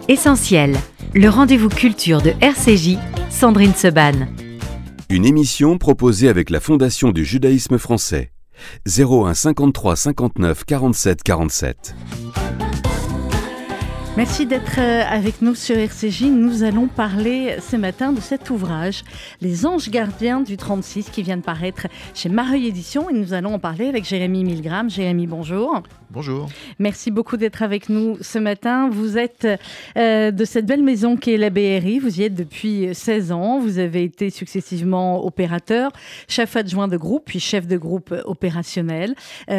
Essentiel, le rendez-vous culture de RCJ, Sandrine Seban. Une émission proposée avec la Fondation du judaïsme français. 01 53 59 47 47. Merci d'être avec nous sur RCJ. Nous allons parler ce matin de cet ouvrage, Les Anges Gardiens du 36, qui vient de paraître chez Mareuil Éditions. Et nous allons en parler avec Jérémy Milgram. Jérémy, bonjour. Bonjour. Merci beaucoup d'être avec nous ce matin. Vous êtes de cette belle maison qu'est la BRI. Vous y êtes depuis 16 ans. Vous avez été successivement opérateur, chef adjoint de groupe, puis chef de groupe opérationnel.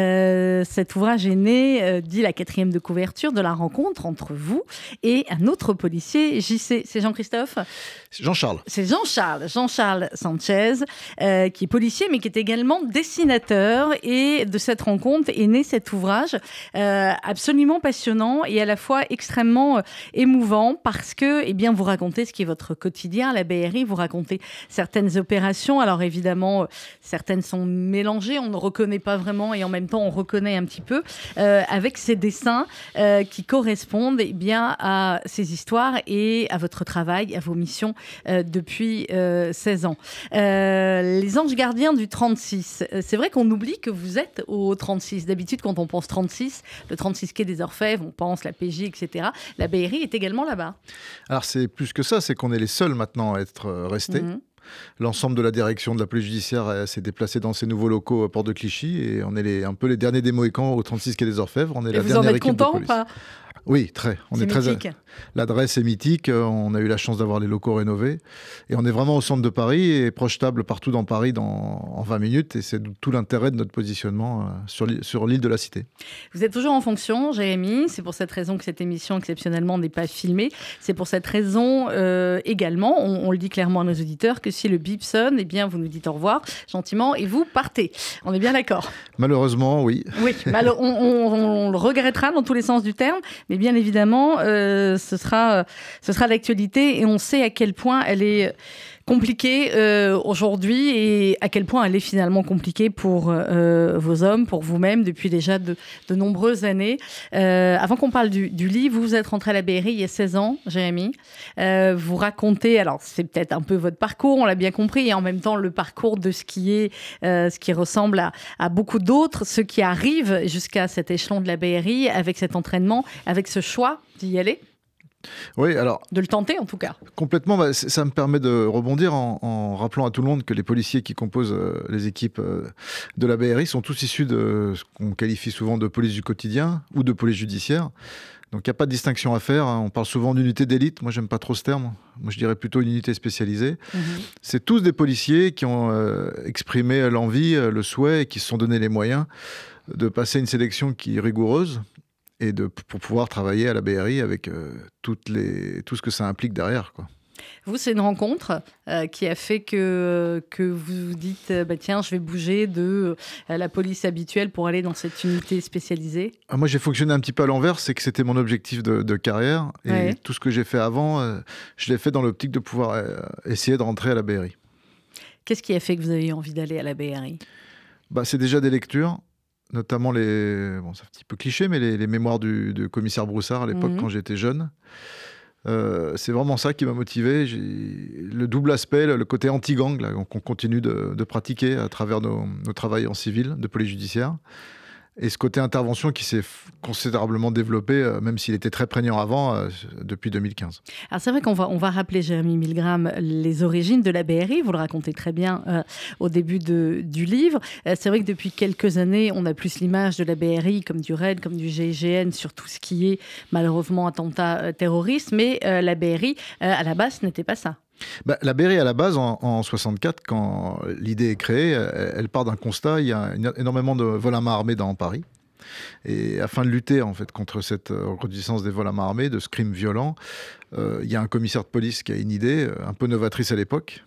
Cet ouvrage est né, dit la 4e de couverture, de la rencontre entre vous et un autre policier, JC. C'est Jean-Christophe ? Jean-Charles. C'est Jean-Charles Sanchez, qui est policier, mais qui est également dessinateur. Et de cette rencontre est né cet ouvrage absolument passionnant et à la fois extrêmement émouvant parce que, eh bien, vous racontez ce qui est votre quotidien à la BRI, vous racontez certaines opérations. Alors évidemment, certaines sont mélangées, on ne reconnaît pas vraiment et en même temps on reconnaît un petit peu avec ces dessins qui correspondent bien à ces histoires et à votre travail, à vos missions depuis 16 ans. Les Anges Gardiens du 36, c'est vrai qu'on oublie que vous êtes au 36. D'habitude, quand on pense 36, le 36 quai des Orfèvres, on pense la PJ, etc. La BRI est également là-bas. Alors c'est plus que ça, c'est qu'on est les seuls maintenant à être restés. L'ensemble de la direction de la police judiciaire s'est déplacée dans ces nouveaux locaux à Port de Clichy et on est un peu les derniers des Mohicans au 36 quai des Orfèvres. On est et la vous dernière en êtes équipe content de police. Ou pas ? Oui, très. C'est mythique. L'adresse est mythique. On a eu la chance d'avoir les locaux rénovés. Et on est vraiment au centre de Paris et projetable partout dans Paris en 20 minutes. Et c'est tout l'intérêt de notre positionnement sur l'île de la Cité. Vous êtes toujours en fonction, Jérémy. C'est pour cette raison que cette émission, exceptionnellement, n'est pas filmée. C'est pour cette raison également, on le dit clairement à nos auditeurs, que si le bip sonne, eh bien, vous nous dites au revoir gentiment et vous partez. On est bien d'accord ? Malheureusement, oui. Oui, on le regrettera dans tous les sens du terme. Mais bien évidemment, ce sera l'actualité et on sait à quel point elle est compliquée aujourd'hui et à quel point elle est finalement compliquée pour vos hommes, pour vous-même, depuis déjà de nombreuses années. Avant qu'on parle du livre, vous êtes rentré à la BRI il y a 16 ans, Jérémy. Vous racontez, alors c'est peut-être un peu votre parcours, on l'a bien compris, et en même temps le parcours de ce qui ressemble à beaucoup d'autres, ceux qui arrivent jusqu'à cet échelon de la BRI avec cet entraînement, avec ce choix d'y aller. Oui, alors, de le tenter en tout cas. Complètement, ça me permet de rebondir en rappelant à tout le monde que les policiers qui composent les équipes de la BRI sont tous issus de ce qu'on qualifie souvent de police du quotidien ou de police judiciaire. Donc il n'y a pas de distinction à faire. On parle souvent d'unité d'élite. Moi, j'aime pas trop ce terme. Moi, je dirais plutôt une unité spécialisée. C'est tous des policiers qui ont exprimé l'envie, le souhait et qui se sont donné les moyens de passer une sélection qui est rigoureuse et pour pouvoir travailler à la BRI avec tout ce que ça implique derrière, quoi. Vous, c'est une rencontre qui a fait que vous vous dites tiens, je vais bouger de la police habituelle pour aller dans cette unité spécialisée. Moi, j'ai fonctionné un petit peu à l'envers, c'est que c'était mon objectif de carrière et tout ce que j'ai fait avant, je l'ai fait dans l'optique de pouvoir essayer de rentrer à la BRI. Qu'est-ce qui a fait que vous avez eu envie d'aller à la BRI ? C'est déjà des lectures. Notamment c'est un petit peu cliché, mais les mémoires du commissaire Broussard à l'époque, quand j'étais jeune. C'est vraiment ça qui m'a motivé. Le double aspect, le côté anti-gang, là, qu'on continue de pratiquer à travers nos travails en civil, de police judiciaire. Et ce côté intervention qui s'est considérablement développé, même s'il était très prégnant avant, depuis 2015. Alors c'est vrai qu'on va rappeler, Jérémy Milgram, les origines de la BRI. Vous le racontez très bien au début du livre. C'est vrai que depuis quelques années, on a plus l'image de la BRI comme du RAID, comme du GIGN, sur tout ce qui est malheureusement attentat terroriste. Mais la BRI, à la base, ce n'était pas ça. La BRI, à la base, en 64, quand l'idée est créée, elle part d'un constat. Il y a énormément de vols à main armés dans Paris. Et afin de lutter en fait, contre cette recrudescence des vols à main armés, de ce crime violent, il y a un commissaire de police qui a une idée un peu novatrice à l'époque.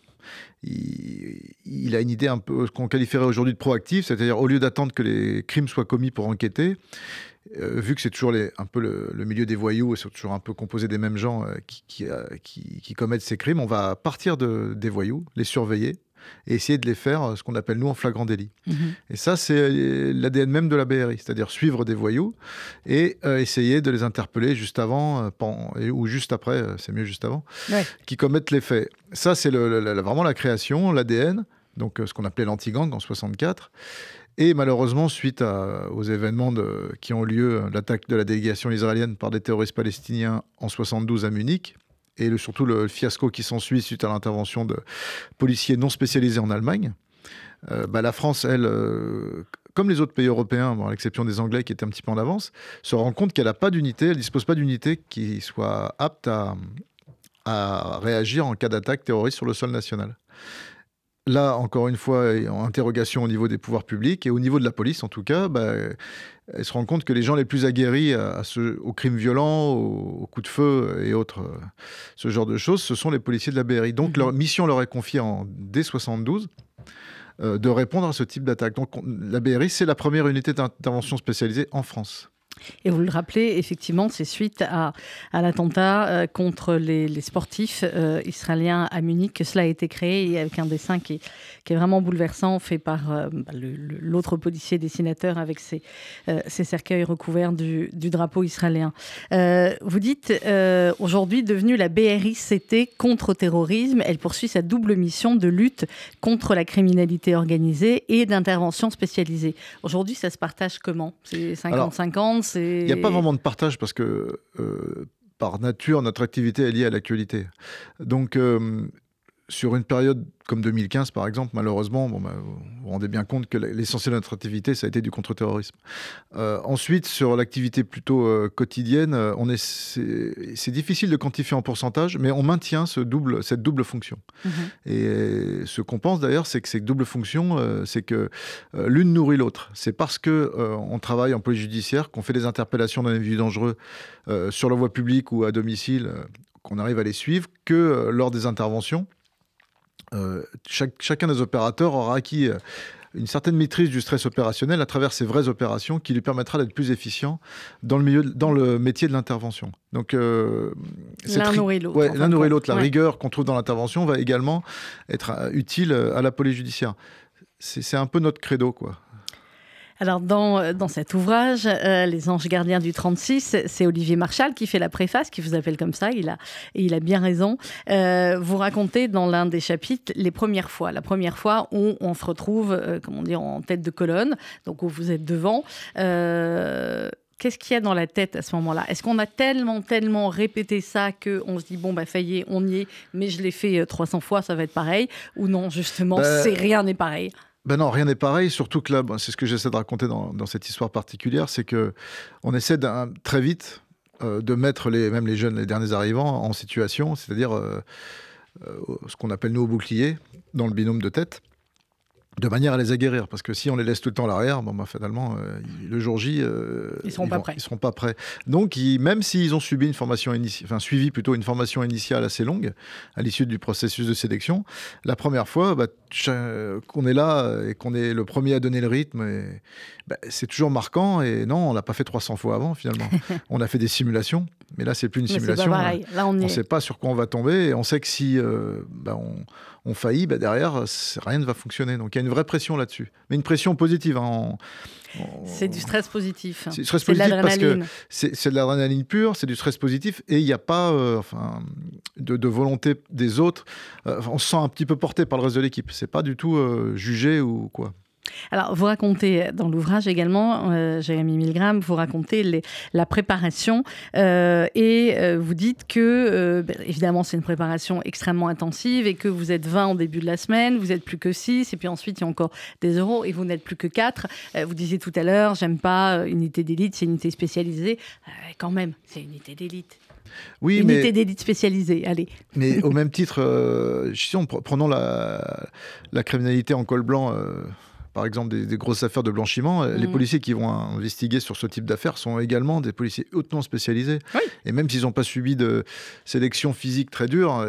Il a une idée un peu, ce qu'on qualifierait aujourd'hui de proactive, c'est-à-dire au lieu d'attendre que les crimes soient commis pour enquêter, vu que c'est toujours un peu le milieu des voyous, et c'est toujours un peu composé des mêmes gens qui commettent ces crimes, on va partir des voyous, les surveiller, et essayer de les faire ce qu'on appelle nous en flagrant délit. Et ça, c'est l'ADN même de la BRI, c'est-à-dire suivre des voyous et essayer de les interpeller juste avant ou juste après, c'est mieux juste avant, qui commettent les faits. Ça, c'est vraiment la création, l'ADN, donc ce qu'on appelait l'anti-gang en 64. Et malheureusement, suite aux événements qui ont lieu, l'attaque de la délégation israélienne par des terroristes palestiniens en 72 à Munich, et surtout le fiasco qui s'ensuit suite à l'intervention de policiers non spécialisés en Allemagne, la France, elle, comme les autres pays européens, à l'exception des Anglais qui étaient un petit peu en avance, se rend compte qu'elle n'a pas d'unité, elle ne dispose pas d'unité qui soit apte à réagir en cas d'attaque terroriste sur le sol national. Là, encore une fois, en interrogation au niveau des pouvoirs publics et au niveau de la police, en tout cas, elle se rend compte que les gens les plus aguerris aux crimes violents, aux coups de feu et autres, ce genre de choses, ce sont les policiers de la BRI. Donc, leur mission leur est confiée dès 72 de répondre à ce type d'attaque. Donc, la BRI, c'est la première unité d'intervention spécialisée en France. Et vous le rappelez, effectivement, c'est suite à l'attentat contre les sportifs israéliens à Munich que cela a été créé, et avec un dessin qui est vraiment bouleversant, fait par l'autre policier dessinateur avec ses cercueils recouverts du drapeau israélien. Vous dites, aujourd'hui devenue la BRICT contre-terrorisme, elle poursuit sa double mission de lutte contre la criminalité organisée et d'intervention spécialisée. Aujourd'hui, ça se partage comment ? C'est 50-50 ? Il n'y a pas vraiment de partage parce que, par nature, notre activité est liée à l'actualité. Donc, sur une période comme 2015, par exemple, malheureusement, vous vous rendez bien compte que l'essentiel de notre activité, ça a été du contre-terrorisme. Ensuite, sur l'activité plutôt quotidienne, c'est difficile de quantifier en pourcentage, mais on maintient cette double fonction. Et ce qu'on pense d'ailleurs, c'est que cette double fonction, c'est que l'une nourrit l'autre. C'est parce qu'on travaille en police judiciaire, qu'on fait des interpellations d'un individu dangereux sur la voie publique ou à domicile, qu'on arrive à les suivre, que lors des interventions, chacun des opérateurs aura acquis une certaine maîtrise du stress opérationnel à travers ces vraies opérations qui lui permettra d'être plus efficient dans le métier de l'intervention. Donc, l'un nourrit l'autre. Ouais, l'un nourrit l'autre. La rigueur qu'on trouve dans l'intervention va également être utile à la police judiciaire. C'est un peu notre credo, quoi. Alors, dans cet ouvrage, Les anges gardiens du 36, c'est Olivier Marchal qui fait la préface, qui vous appelle comme ça, il a bien raison. Vous racontez dans l'un des chapitres la première fois où on se retrouve, en tête de colonne, donc où vous êtes devant. Qu'est-ce qu'il y a dans la tête à ce moment-là ? Est-ce qu'on a tellement répété ça qu'on se dit, ça y est, on y est, mais je l'ai fait 300 fois, ça va être pareil ? Ou non, justement, rien n'est pareil ? Non, rien n'est pareil, surtout que là, c'est ce que j'essaie de raconter dans cette histoire particulière, c'est qu'on essaie très vite de mettre même les jeunes, les derniers arrivants, en situation, c'est-à-dire ce qu'on appelle nous au bouclier, dans le binôme de tête, de manière à les aguerrir, parce que si on les laisse tout le temps à l'arrière, finalement, le jour J, ils seront pas prêts. Donc, même s'ils ont suivi une formation une formation initiale assez longue, à l'issue du processus de sélection, la première fois, qu'on est là et qu'on est le premier à donner le rythme, c'est toujours marquant. Et non, on l'a pas fait 300 fois avant, finalement. On a fait des simulations, mais là, c'est plus une simulation. C'est pas pareil. Là, on ne sait pas sur quoi on va tomber, et on sait que si on faillit, derrière, rien ne va fonctionner. Donc, il y a une vraie pression là-dessus. Mais une pression positive. C'est du stress positif. C'est du stress positif parce que c'est de l'adrénaline pure, c'est du stress positif, et il n'y a pas de volonté des autres. On se sent un petit peu porté par le reste de l'équipe. C'est pas du tout jugé ou quoi. Alors, vous racontez dans l'ouvrage également, Jérémy Milgram, vous racontez la préparation et vous dites que, évidemment, c'est une préparation extrêmement intensive et que vous êtes 20 au début de la semaine, vous n'êtes plus que 6 et puis ensuite, il y a encore des euros et vous n'êtes plus que 4. Vous disiez tout à l'heure, j'aime pas unité d'élite, c'est une unité spécialisée. Quand même, c'est une unité d'élite. Oui, unité d'élite spécialisée, allez. Mais au même titre, prenons la criminalité en col blanc... par exemple, des grosses affaires de blanchiment, les policiers qui vont investiguer sur ce type d'affaires sont également des policiers hautement spécialisés. Oui. Et même s'ils n'ont pas subi de sélection physique très dure,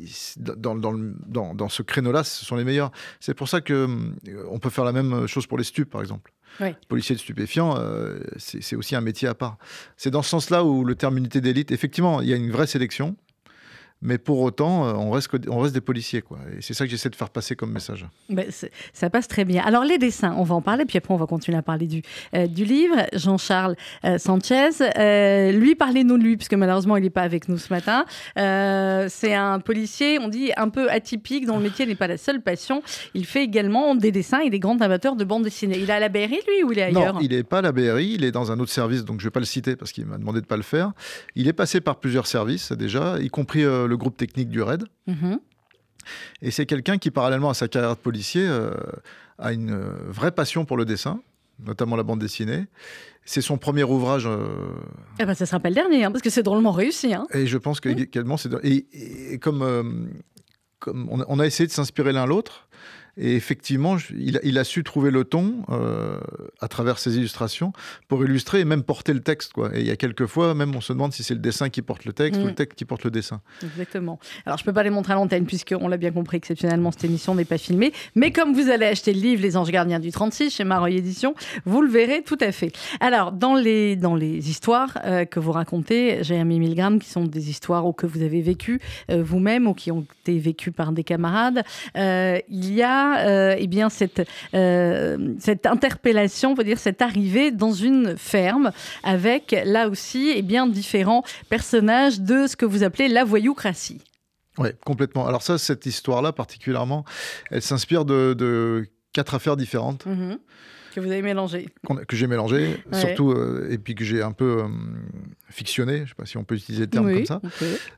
dans ce créneau-là, ce sont les meilleurs. C'est pour ça qu'on peut faire la même chose pour les stupes, par exemple. Oui. Policier de stupéfiants, c'est aussi un métier à part. C'est dans ce sens-là où le terme unité d'élite, effectivement, il y a une vraie sélection. Mais pour autant, on reste des policiers, quoi. Et c'est ça que j'essaie de faire passer comme message. Ça passe très bien. Alors les dessins, on va en parler, puis après on va continuer à parler du livre. Jean-Charles Sanchez, lui, parlez-nous de lui, puisque malheureusement il n'est pas avec nous ce matin. C'est un policier, on dit un peu atypique, dont le métier n'est pas la seule passion. Il fait également des dessins et des grands amateurs de bande dessinée. Il est à la BRI, lui, ou il est ailleurs ? Non, il n'est pas à la BRI, il est dans un autre service, donc je ne vais pas le citer parce qu'il m'a demandé de ne pas le faire. Il est passé par plusieurs services déjà, y compris le groupe technique du RAID. Et c'est quelqu'un qui, parallèlement à sa carrière de policier, a une vraie passion pour le dessin, notamment la bande dessinée. C'est son premier ouvrage. Ça sera pas le dernier, parce que c'est drôlement réussi. Et je pense qu'également, et comme on a essayé de s'inspirer l'un l'autre. Et effectivement, il a su trouver le ton à travers ses illustrations pour illustrer et même porter le texte, quoi. Et il y a quelques fois, même on se demande si c'est le dessin qui porte le texte ou le texte qui porte le dessin. Exactement. Alors, je ne peux pas les montrer à l'antenne puisqu'on l'a bien compris, exceptionnellement, cette émission n'est pas filmée. Mais comme vous allez acheter le livre Les Anges Gardiens du 36 chez Mareuil Éditions, vous le verrez tout à fait. Alors, dans les histoires que vous racontez, Jérémy Milgram, qui sont des histoires ou que vous avez vécues vous-même ou qui ont été vécues par des camarades, il y a cette interpellation, on peut dire cette arrivée dans une ferme avec là aussi différents personnages de ce que vous appelez la voyoucratie. Oui, complètement. Alors cette histoire-là particulièrement, elle s'inspire de 4 affaires différentes. Que vous avez mélangées. Que j'ai mélangées, surtout, et puis que j'ai un peu fictionné, je ne sais pas si on peut utiliser le terme comme ça,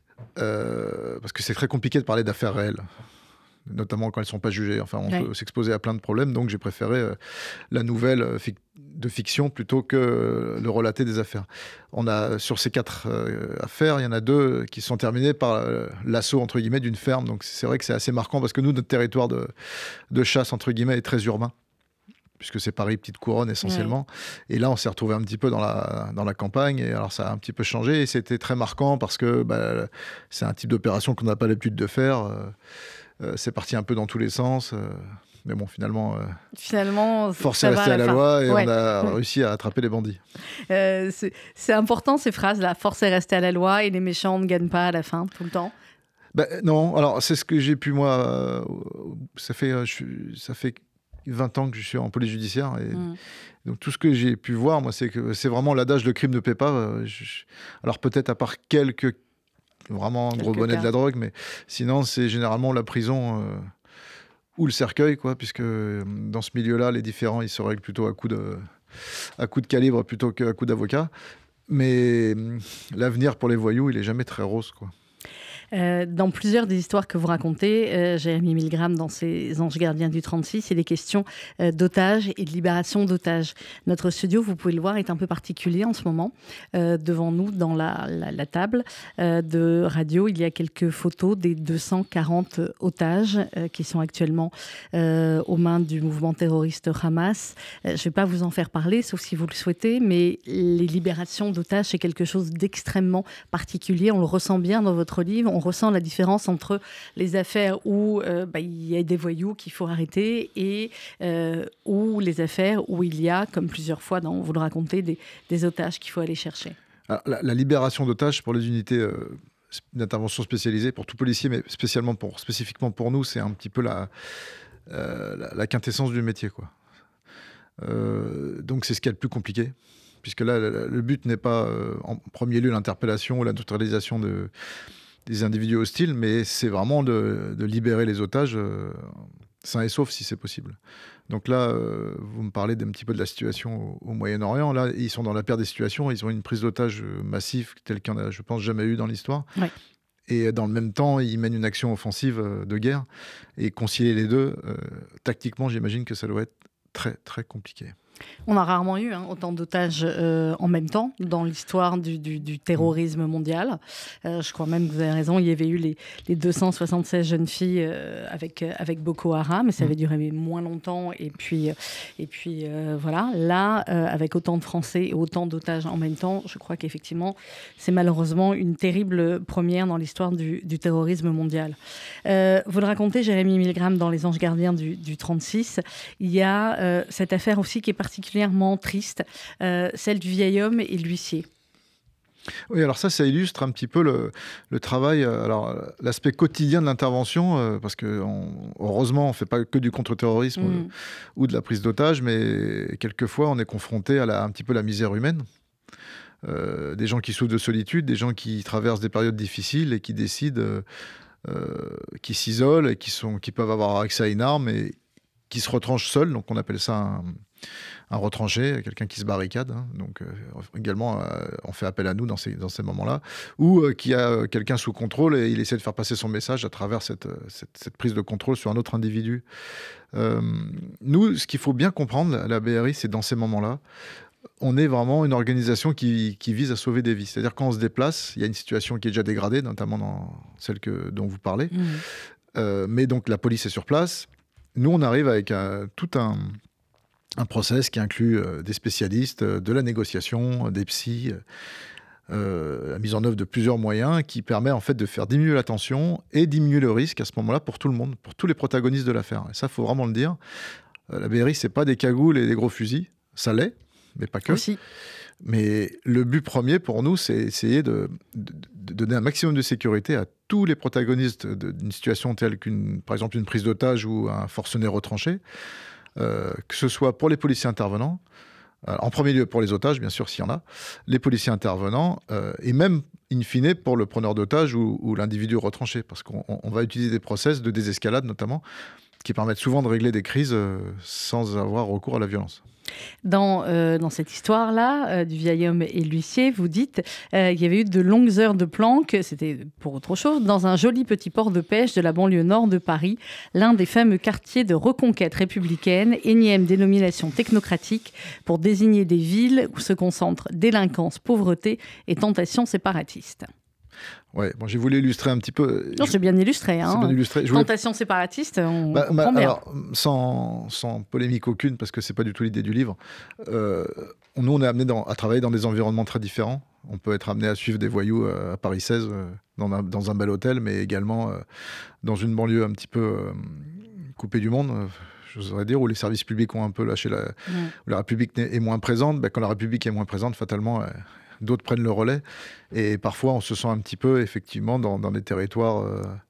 parce que c'est très compliqué de parler d'affaires réelles, notamment quand elles ne sont pas jugées. Enfin, on peut s'exposer à plein de problèmes, donc j'ai préféré la nouvelle de fiction plutôt que le relater des affaires. Sur ces 4 affaires, il y en a 2 qui sont terminées par l'assaut, entre guillemets, d'une ferme. Donc c'est vrai que c'est assez marquant, parce que nous, notre territoire de chasse, entre guillemets, est très urbain, puisque c'est Paris, petite couronne essentiellement. Et là, on s'est retrouvé un petit peu dans la campagne, et alors ça a un petit peu changé, et c'était très marquant, parce que c'est un type d'opération qu'on n'a pas l'habitude de faire. C'est parti un peu dans tous les sens, mais bon, finalement force est restée à la loi, et on a réussi à attraper les bandits. C'est important, ces phrases-là, force est restée à la loi et les méchants ne gagnent pas à la fin, tout le temps. Non, alors c'est ce que j'ai pu, moi, ça fait 20 ans que je suis en police judiciaire, et donc tout ce que j'ai pu voir, moi, c'est que c'est vraiment l'adage, le crime ne paie pas. Alors peut-être à part quelques vraiment gros bonnet de la drogue, mais sinon c'est généralement la prison ou le cercueil, quoi, puisque dans ce milieu-là, les différends, ils se règlent plutôt à coup de calibre plutôt qu'à coup d'avocat. Mais l'avenir pour les voyous, il est jamais très rose, quoi. Dans plusieurs des histoires que vous racontez, Jérémy Milgram, dans ses Anges Gardiens du 36, il est question d'otages et de libération d'otages. Notre studio, vous pouvez le voir, est un peu particulier en ce moment. Devant nous, dans la table de radio, il y a quelques photos des 240 otages qui sont actuellement aux mains du mouvement terroriste Hamas. Je ne vais pas vous en faire parler, sauf si vous le souhaitez, mais les libérations d'otages, c'est quelque chose d'extrêmement particulier. On le ressent bien dans votre livre. On ressent la différence entre les affaires où il y a des voyous qu'il faut arrêter et ou les affaires où il y a, comme plusieurs fois, vous le racontez, des otages qu'il faut aller chercher. Alors, la libération d'otages pour les unités d'intervention spécialisées, pour tout policier, mais spécifiquement pour nous, c'est un petit peu la quintessence du métier, quoi. Donc c'est ce qui est le plus compliqué, puisque là, le but n'est pas en premier lieu l'interpellation ou la neutralisation des individus hostiles, mais c'est vraiment de libérer les otages sains et saufs, si c'est possible. Donc là, vous me parlez d'un petit peu de la situation au Moyen-Orient. Là, ils sont dans la pire des situations. Ils ont une prise d'otages massive, telle qu'il n'y en a, je pense, jamais eu dans l'histoire. Ouais. Et dans le même temps, ils mènent une action offensive de guerre. Et concilier les deux, tactiquement, j'imagine que ça doit être très, très compliqué. On a rarement eu autant d'otages en même temps dans l'histoire du terrorisme mondial. Je crois même que vous avez raison, il y avait eu les 276 jeunes filles avec Boko Haram, mais ça avait duré moins longtemps. Et puis voilà, là, avec autant de Français et autant d'otages en même temps, je crois qu'effectivement, c'est malheureusement une terrible première dans l'histoire du terrorisme mondial. Vous le racontez, Jérémy Milgram, dans Les Anges Gardiens du 36, il y a cette affaire aussi qui est particulièrement triste, celle du vieil homme et de l'huissier. Oui, alors ça illustre un petit peu le travail, alors l'aspect quotidien de l'intervention, parce que heureusement, on ne fait pas que du contre-terrorisme ou de la prise d'otages, mais quelquefois, on est confronté à un petit peu la misère humaine. Des gens qui souffrent de solitude, des gens qui traversent des périodes difficiles et qui décident, qui s'isolent et qui peuvent avoir accès à une arme et qui se retranchent seuls. Donc on appelle ça un retranché, quelqu'un qui se barricade. Hein. Donc également, on fait appel à nous dans ces moments-là. Ou qui a quelqu'un sous contrôle et il essaie de faire passer son message à travers cette prise de contrôle sur un autre individu. Nous, ce qu'il faut bien comprendre, la BRI, c'est dans ces moments-là, on est vraiment une organisation qui vise à sauver des vies. C'est-à-dire quand on se déplace, il y a une situation qui est déjà dégradée, notamment dans celle dont vous parlez. Mais donc la police est sur place. Nous, on arrive avec tout un process qui inclut des spécialistes, de la négociation, des psys, la mise en œuvre de plusieurs moyens qui permet en fait de faire diminuer la tension et diminuer le risque à ce moment-là pour tout le monde, pour tous les protagonistes de l'affaire. Et ça, il faut vraiment le dire. La BRI, c'est pas des cagoules et des gros fusils. Ça l'est, mais pas que. Aussi. Mais le but premier pour nous, c'est essayer de donner un maximum de sécurité à tous les protagonistes d'une situation telle par exemple, une prise d'otage ou un forcené retranché. Que ce soit pour les policiers intervenants, en premier lieu pour les otages, bien sûr, s'il y en a, les policiers intervenants, et même, in fine, pour le preneur d'otages ou l'individu retranché, parce qu'on va utiliser des process de désescalade, notamment, qui permettent souvent de régler des crises sans avoir recours à la violence. Dans cette histoire-là, du vieil homme et l'huissier, vous dites qu'il y avait eu de longues heures de planque, c'était pour autre chose, dans un joli petit port de pêche de la banlieue nord de Paris, l'un des fameux quartiers de reconquête républicaine, énième dénomination technocratique pour désigner des villes où se concentrent délinquance, pauvreté et tentation séparatiste. Ouais, bon, j'ai voulu illustrer un petit peu. Non, c'est bien illustré. Hein. C'est bien illustré. Tentation séparatiste, on comprend bien. Alors, sans polémique aucune, parce que c'est pas du tout l'idée du livre, nous, on est amené à travailler dans des environnements très différents. On peut être amené à suivre des voyous à Paris 16, dans un bel hôtel, mais également dans une banlieue un petit peu coupée du monde. J'oserais dire, où les services publics ont un peu lâché où la République est moins présente. Quand la République est moins présente, fatalement, d'autres prennent le relais. Et parfois, on se sent un petit peu, effectivement, dans des territoires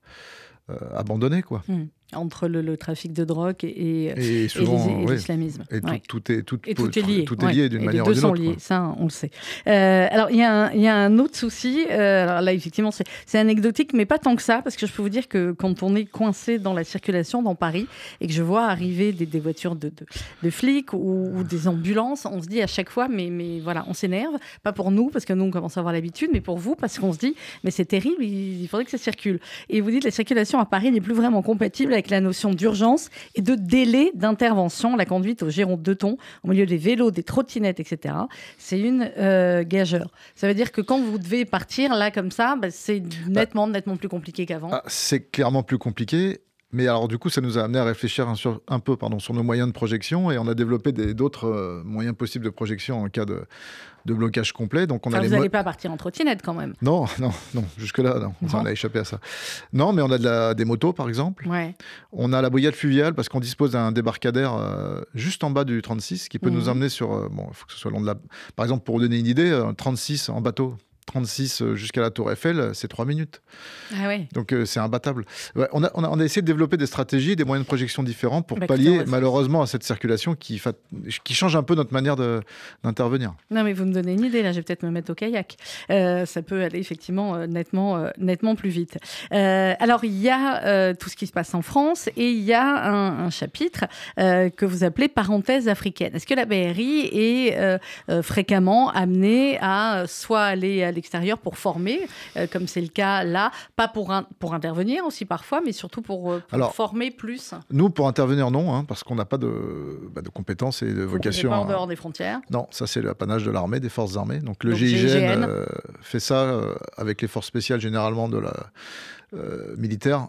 abandonnés, quoi. Entre le trafic de drogue et souvent, l'islamisme. Et tout est lié. Tout est lié d'une manière ou d'une autre. Les deux sont liés, ça, on le sait. Alors, il y a un autre souci. Alors là, effectivement, c'est anecdotique, mais pas tant que ça, parce que je peux vous dire que quand on est coincé dans la circulation dans Paris et que je vois arriver des voitures de flics ou des ambulances, on se dit à chaque fois, mais voilà, on s'énerve. Pas pour nous, parce que nous, on commence à avoir l'habitude, mais pour vous, parce qu'on se dit, mais c'est terrible, il faudrait que ça circule. Et vous dites, la circulation à Paris n'est plus vraiment compatible avec la notion d'urgence et de délai d'intervention, la conduite au giron de ton, au milieu des vélos, des trottinettes, etc. C'est une gageure. Ça veut dire que quand vous devez partir, là, comme ça, c'est nettement plus compliqué qu'avant. C'est clairement plus compliqué. Mais alors, du coup, ça nous a amené à réfléchir un peu sur nos moyens de projection et on a développé d'autres moyens possibles de projection en cas de blocage complet. Donc, vous n'allez pas partir en trottinette quand même. Non, jusque-là, non. On a échappé à ça. Non, mais on a des motos, par exemple. Ouais. On a la brigade fluviale parce qu'on dispose d'un débarcadère juste en bas du 36 qui peut nous emmener sur... il faut que ce soit long de la... Par exemple, pour vous donner une idée, 36 en bateau, 36 jusqu'à la Tour Eiffel, c'est 3 minutes. Ah ouais. Donc c'est imbattable. Ouais, on a essayé de développer des stratégies, des moyens de projection différents pour pallier malheureusement à cette circulation qui change un peu notre manière d'intervenir. Non mais vous me donnez une idée, là je vais peut-être me mettre au kayak. Ça peut aller effectivement nettement plus vite. Alors il y a tout ce qui se passe en France et il y a un chapitre que vous appelez parenthèse africaine. Est-ce que la BRI est fréquemment amenée à soit aller à l'extérieur pour former, comme c'est le cas là, pas pour intervenir aussi parfois, mais surtout pour former plus. Nous, pour intervenir, non, parce qu'on n'a pas de compétences et de vocation. Pas en dehors des frontières. Non, ça c'est l'apanage de l'armée, des forces armées. Donc le GIGN fait ça avec les forces spéciales généralement de la militaire,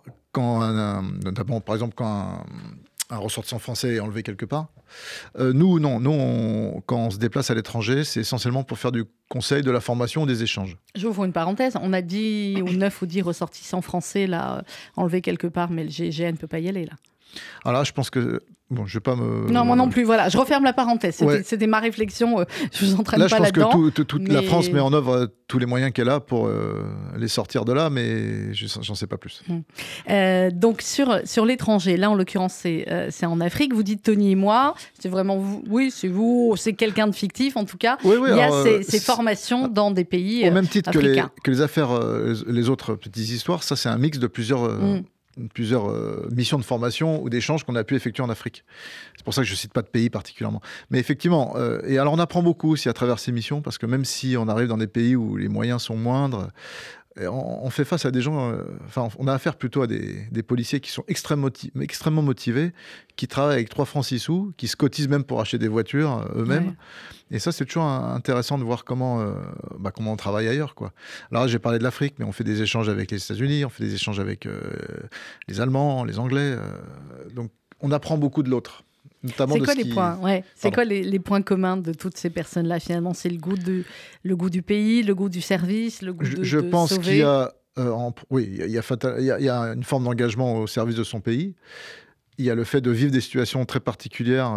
notamment par exemple quand un ressortissant français est enlevé quelque part. Nous, non. Nous, quand on se déplace à l'étranger, c'est essentiellement pour faire du conseil, de la formation ou des échanges. J'ouvre une parenthèse. On a 9 ou 10 ressortissants français là, enlevés quelque part, mais le GIGN ne peut pas y aller là. Alors là, je pense que... Bon, je vais pas me... Non, moi non plus, voilà. Je referme la parenthèse. C'était ma réflexion. Je vous entraîne pas là-dedans. Là, je pense que toute la France met en œuvre tous les moyens qu'elle a pour les sortir de là, mais j'en sais pas plus. Donc, sur l'étranger, là, en l'occurrence, c'est en Afrique. Vous dites Tony et moi. C'est vraiment vous. Oui, c'est vous. C'est quelqu'un de fictif, en tout cas. Oui, il y a ces formations dans des pays au même titre africains. que les affaires, les autres petites histoires, ça, c'est un mix de plusieurs missions de formation ou d'échanges qu'on a pu effectuer en Afrique. C'est pour ça que je ne cite pas de pays particulièrement. Mais effectivement, et alors on apprend beaucoup aussi à travers ces missions, parce que même si on arrive dans des pays où les moyens sont moindres, on fait face à des gens... on a affaire plutôt à des policiers qui sont extrêmement motivés, qui travaillent avec 3 francs 6 sous, qui se cotisent même pour acheter des voitures eux-mêmes. Ouais. Et ça, c'est toujours intéressant de voir comment on travaille ailleurs, quoi. Alors là, j'ai parlé de l'Afrique, mais on fait des échanges avec les États-Unis, on fait des échanges avec les Allemands, les Anglais. Donc, on apprend beaucoup de l'autre. C'est quoi les points C'est quoi les points communs de toutes ces personnes-là, finalement? C'est le goût du pays, le goût du service, le goût je pense sauver. Qu'il y a... il y a une forme d'engagement au service de son pays. Il y a le fait de vivre des situations très particulières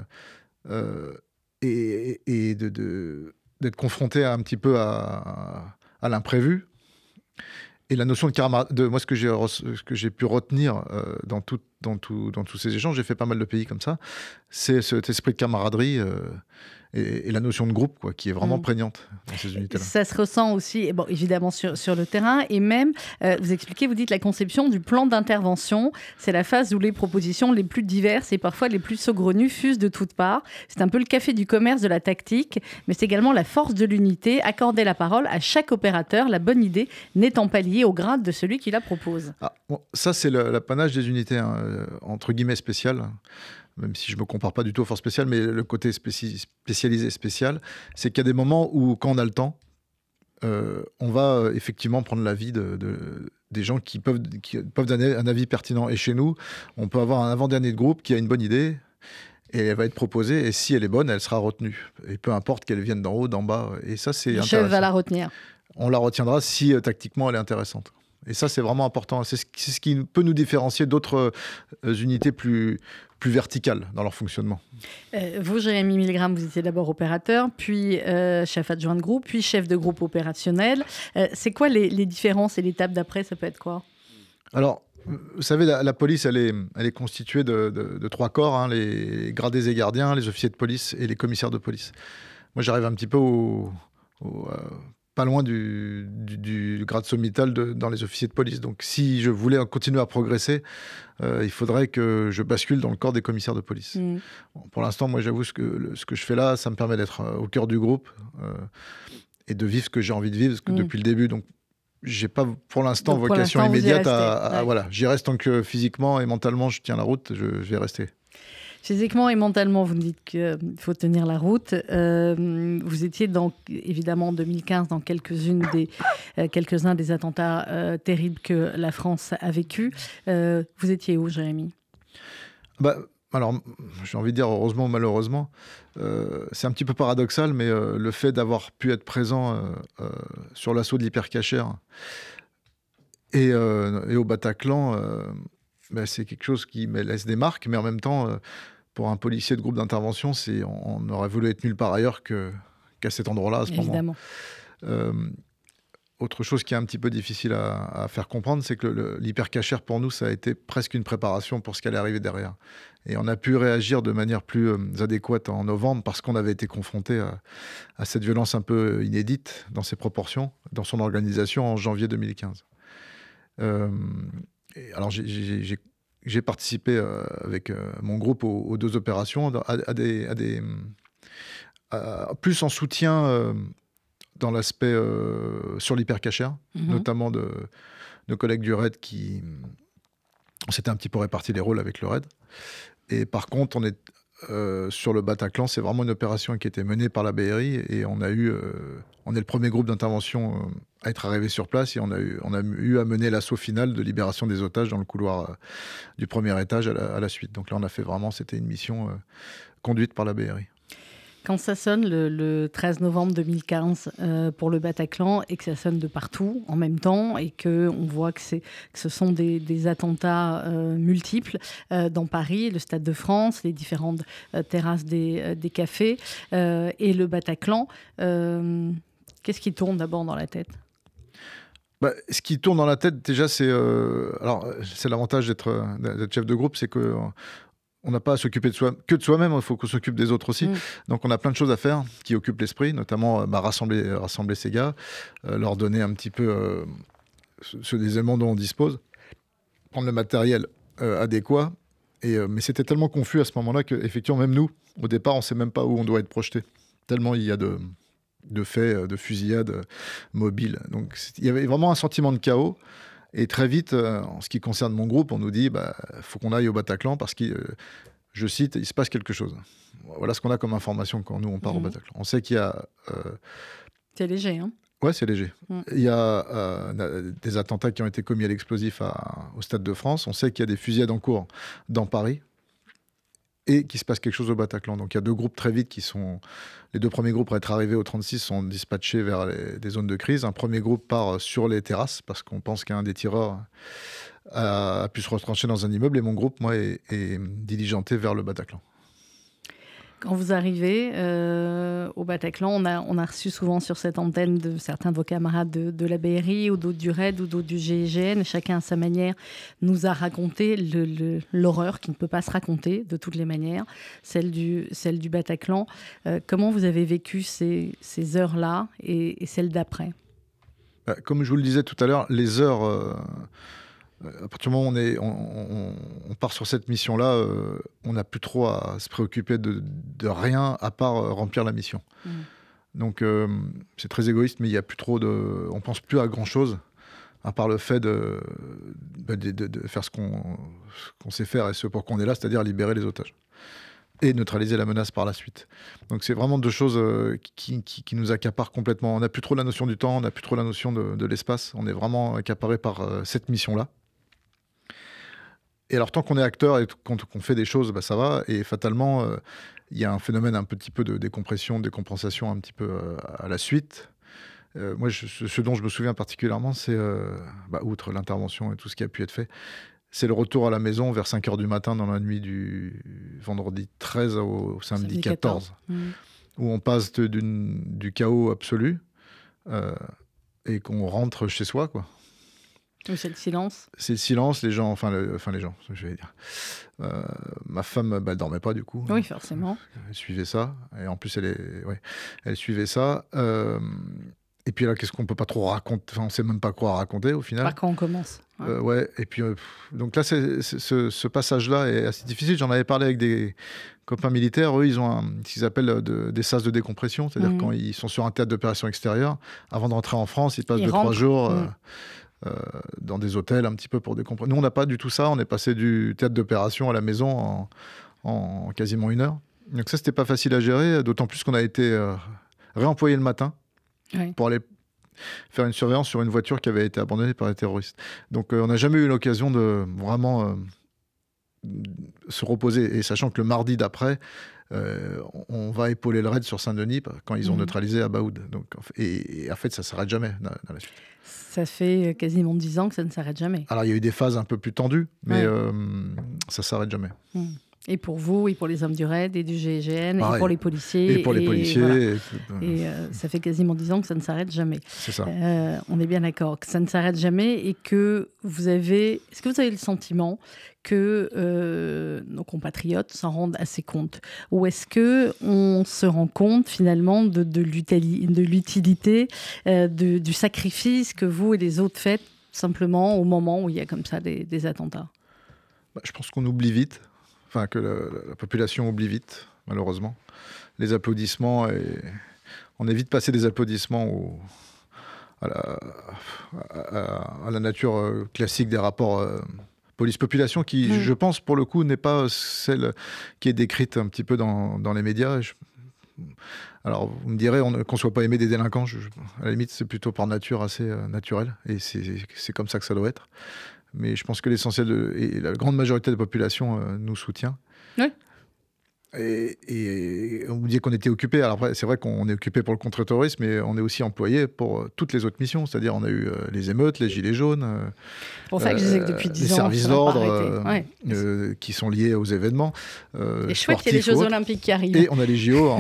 et d'être confronté un petit peu à l'imprévu. Et la notion de moi, ce que j'ai pu retenir dans tous ces échanges, j'ai fait pas mal de pays comme ça, c'est cet esprit de camaraderie et la notion de groupe, quoi, qui est vraiment prégnante dans ces unités-là. Ça se ressent aussi, évidemment, sur le terrain. Et même, vous dites la conception du plan d'intervention. C'est la phase où les propositions les plus diverses et parfois les plus saugrenues fusent de toutes parts. C'est un peu le café du commerce de la tactique, mais c'est également la force de l'unité, accorder la parole à chaque opérateur, la bonne idée n'étant pas liée au grade de celui qui la propose. Ça, c'est l'apanage des unités, entre guillemets, spéciales. Même si je ne me compare pas du tout aux forces spéciales, mais le côté spécialisé spécial, c'est qu'il y a des moments où, quand on a le temps, on va effectivement prendre l'avis des gens qui peuvent donner un avis pertinent. Et chez nous, on peut avoir un avant-dernier de groupe qui a une bonne idée, et elle va être proposée, et si elle est bonne, elle sera retenue. Et peu importe qu'elle vienne d'en haut, d'en bas. Et ça, c'est intéressant. Le chef va la retenir. On la retiendra si tactiquement elle est intéressante. Et ça, c'est vraiment important. C'est ce qui peut nous différencier d'autres unités plus verticales dans leur fonctionnement. Vous, Jérémy Milgram, vous étiez d'abord opérateur, puis chef adjoint de groupe, puis chef de groupe opérationnel. C'est quoi les différences et l'étape d'après? Ça peut être quoi? Alors, vous savez, la police, elle est constituée de 3 corps, les gradés et gardiens, les officiers de police et les commissaires de police. Moi, j'arrive un petit peu pas loin du grade sommital dans les officiers de police. Donc, si je voulais continuer à progresser, il faudrait que je bascule dans le corps des commissaires de police. Bon, pour l'instant, moi, j'avoue ce que je fais là, ça me permet d'être au cœur du groupe et de vivre ce que j'ai envie de vivre depuis le début. Donc, j'ai pas pour l'instant vocation immédiate voilà, j'y reste tant que physiquement et mentalement je tiens la route, je vais rester. Physiquement et mentalement, vous me dites qu'il faut tenir la route. Vous étiez évidemment en 2015 dans quelques-uns des attentats terribles que la France a vécu. Vous étiez où, Jérémy? Alors, j'ai envie de dire heureusement ou malheureusement, c'est un petit peu paradoxal, mais le fait d'avoir pu être présent sur l'assaut de l'hypercachère et au Bataclan, c'est quelque chose qui me laisse des marques, mais en même temps, pour un policier de groupe d'intervention, on aurait voulu être nulle part ailleurs qu'à cet endroit-là, à ce moment. Autre chose qui est un petit peu difficile à faire comprendre, c'est que l'hypercachère, pour nous, ça a été presque une préparation pour ce qui allait arriver derrière. Et on a pu réagir de manière plus adéquate en novembre parce qu'on avait été confronté à cette violence un peu inédite dans ses proportions, dans son organisation en janvier 2015. Alors, j'ai participé avec mon groupe aux 2 opérations, plus en soutien dans l'aspect sur l'hypercachère, notamment de nos collègues du RAID on s'était un petit peu réparti les rôles avec le RAID. Et par contre, on est sur le Bataclan, c'est vraiment une opération qui était menée par la BRI et on est le premier groupe d'intervention à être arrivé sur place et on a eu à mener l'assaut final de libération des otages dans le couloir du premier étage à la suite. Donc là, c'était une mission conduite par la BRI. Quand ça sonne le 13 novembre 2015 pour le Bataclan et que ça sonne de partout en même temps et qu'on voit que ce sont des attentats multiples dans Paris, le Stade de France, les différentes terrasses des cafés et le Bataclan, qu'est-ce qui tourne d'abord dans la tête ? Ce qui tourne dans la tête, déjà, c'est l'avantage d'être chef de groupe, c'est que on n'a pas à s'occuper que de soi-même, il faut qu'on s'occupe des autres aussi. Donc on a plein de choses à faire qui occupent l'esprit, notamment rassembler ces gars, leur donner un petit peu des éléments dont on dispose, prendre le matériel adéquat. Mais c'était tellement confus à ce moment-là qu'effectivement, même nous, au départ, on ne sait même pas où on doit être projeté. Tellement il y a de faits, de fusillades mobiles. Donc il y avait vraiment un sentiment de chaos. Et très vite, en ce qui concerne mon groupe, on nous dit faut qu'on aille au Bataclan parce que, je cite, il se passe quelque chose. Voilà ce qu'on a comme information quand nous on part au Bataclan. On sait qu'il y a... C'est léger, hein ? Ouais, c'est léger. Il y a des attentats qui ont été commis à l'explosif au Stade de France. On sait qu'il y a des fusillades en cours dans Paris et qu'il se passe quelque chose au Bataclan. Donc il y a deux groupes très vite qui sont... Les deux premiers groupes à être arrivés au 36 sont dispatchés vers des zones de crise. Un premier groupe part sur les terrasses parce qu'on pense qu'un des tireurs a pu se retrancher dans un immeuble. Et mon groupe, moi, est diligenté vers le Bataclan. Quand vous arrivez au Bataclan, on a reçu souvent sur cette antenne de certains de vos camarades de la BRI ou d'autres du RAID ou d'autres du GIGN. Chacun à sa manière nous a raconté l'horreur qui ne peut pas se raconter de toutes les manières, celle du Bataclan. Comment vous avez vécu ces heures-là et celles d'après ? Comme je vous le disais tout à l'heure, les heures... à partir du moment où on part sur cette mission-là, on n'a plus trop à se préoccuper de rien à part remplir la mission. Donc c'est très égoïste, mais il y a plus trop on pense plus à grand-chose à part le fait de faire ce qu'on sait faire et ce pour quoi on est là, c'est-à-dire libérer les otages et neutraliser la menace par la suite. Donc c'est vraiment deux choses qui nous accaparent complètement. On n'a plus trop la notion du temps, on n'a plus trop la notion de l'espace. On est vraiment accaparé par cette mission-là. Et alors, tant qu'on est acteur et qu'on fait des choses, ça va. Et fatalement, il y a un phénomène un petit peu de décompression, de décompensation un petit peu à la suite. Moi, ce dont je me souviens particulièrement, c'est, outre l'intervention et tout ce qui a pu être fait, c'est le retour à la maison vers 5h du matin dans la nuit du vendredi 13 au samedi 14. Où on passe du chaos absolu et qu'on rentre chez soi, quoi. C'est le silence. C'est le silence, les gens, les gens, je vais dire. Ma femme, elle dormait pas du coup. Oui, forcément. Elle suivait ça, et en plus elle suivait ça. Et puis là, qu'est-ce qu'on peut pas trop raconter ? Enfin, on sait même pas quoi raconter au final. Par quand on commence. Et puis donc là, ce passage-là est assez difficile. J'en avais parlé avec des copains militaires. Eux, ils ont ce qu'ils appellent des sas de décompression, c'est-à-dire quand ils sont sur un théâtre d'opération extérieure, avant de rentrer en France, ils passent 2-3 jours. Dans des hôtels un petit peu pour décompresser. Nous, on n'a pas du tout ça. On est passé du théâtre d'opération à la maison en quasiment 1 heure. Donc ça, c'était pas facile à gérer, d'autant plus qu'on a été réemployé le matin pour aller faire une surveillance sur une voiture qui avait été abandonnée par les terroristes. Donc on n'a jamais eu l'occasion de vraiment se reposer. Et sachant que le mardi d'après, on va épauler le raid sur Saint-Denis quand ils ont neutralisé Abaoud. Donc, et en fait, ça ne s'arrête jamais dans la suite. Ça fait quasiment 10 ans que ça ne s'arrête jamais. Alors, il y a eu des phases un peu plus tendues, mais ça ne s'arrête jamais. Et pour vous, et pour les hommes du RAID, et du GIGN, et pour les policiers. Et pour les policiers. Voilà. Ça fait quasiment 10 ans que ça ne s'arrête jamais. C'est ça. On est bien d'accord, que ça ne s'arrête jamais et que vous avez... Est-ce que vous avez le sentiment que nos compatriotes s'en rendent assez compte ? Ou est-ce qu'on se rend compte finalement de l'utilité, du sacrifice que vous et les autres faites simplement au moment où il y a comme ça des attentats ? Je pense qu'on oublie vite. Enfin, que la population oublie vite, malheureusement. Les applaudissements, on est vite passé des applaudissements à la nature classique des rapports police-population qui, je pense, pour le coup, n'est pas celle qui est décrite un petit peu dans les médias. Alors, vous me direz qu'on ne soit pas aimé des délinquants. À la limite, c'est plutôt par nature assez naturel. Et c'est comme ça que ça doit être. Mais je pense que l'essentiel et la grande majorité de la population nous soutient. Oui. Et on vous dit qu'on était occupé. Alors après, c'est vrai qu'on est occupé pour le contre-terrorisme, mais on est aussi employé pour toutes les autres missions. C'est-à-dire, on a eu les émeutes, les gilets jaunes, c'est pour ça que je disais que depuis 10 ans, les services ça n'a pas d'ordre arrêté. qui sont liés aux événements. Et chouette qu'il y ait les Jeux Olympiques qui arrivent. Et on a les JO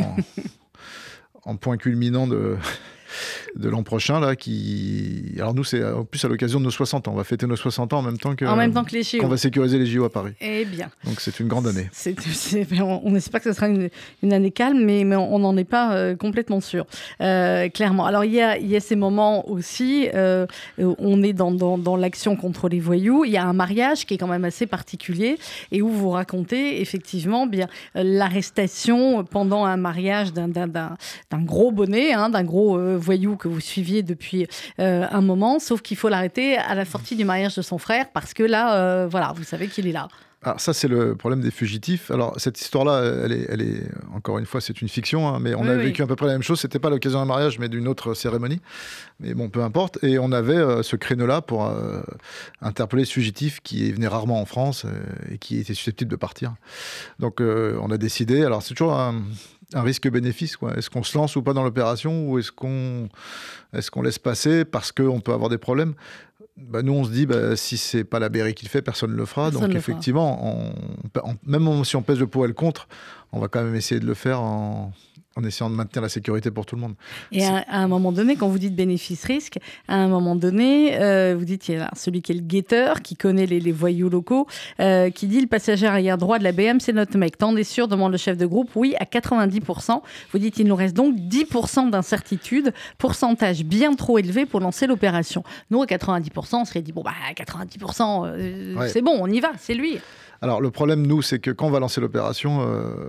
en point culminant de l'an prochain, là, alors nous, c'est en plus à l'occasion de nos 60 ans. On va fêter nos 60 ans en même temps que les JO. Qu'on va sécuriser les JO à Paris. Eh bien. Donc c'est une grande année. On n'espère que ce sera une année calme, mais on n'en est pas complètement sûr, clairement. Alors il y a ces moments aussi, on est dans l'action contre les voyous. Il y a un mariage qui est quand même assez particulier et où vous racontez effectivement bien l'arrestation pendant un mariage d'un gros bonnet, d'un gros voyou que vous suiviez depuis un moment, sauf qu'il faut l'arrêter à la sortie du mariage de son frère parce que là, voilà, vous savez qu'il est là. Alors ça, c'est le problème des fugitifs. Alors cette histoire-là, elle est encore une fois, c'est une fiction, hein, mais on a vécu à peu près la même chose. C'était pas à l'occasion d'un mariage, mais d'une autre cérémonie. Mais bon, peu importe. Et on avait ce créneau-là pour interpeller ce fugitif qui venait rarement en France et qui était susceptible de partir. Donc on a décidé. Alors c'est toujours un risque-bénéfice, quoi. Est-ce qu'on se lance ou pas dans l'opération, ou est-ce qu'on laisse passer parce qu'on peut avoir des problèmes? Nous, on se dit, si c'est pas la BRI qui le fait, personne ne le fera. Donc, effectivement, même si on pèse le pour et le contre, on va quand même essayer de le faire en essayant de maintenir la sécurité pour tout le monde. Et à un moment donné, quand vous dites bénéfice-risque, à un moment donné, vous dites, il y a celui qui est le guetteur, qui connaît les voyous locaux, qui dit, le passager arrière droit de la BM, c'est notre mec. T'en es sûr, demande le chef de groupe. Oui, à 90%. Vous dites, il nous reste donc 10% d'incertitude, pourcentage bien trop élevé pour lancer l'opération. Nous, à 90%, on serait dit, à 90%, c'est bon, on y va, c'est lui. Alors, le problème, nous, c'est que quand on va lancer l'opération...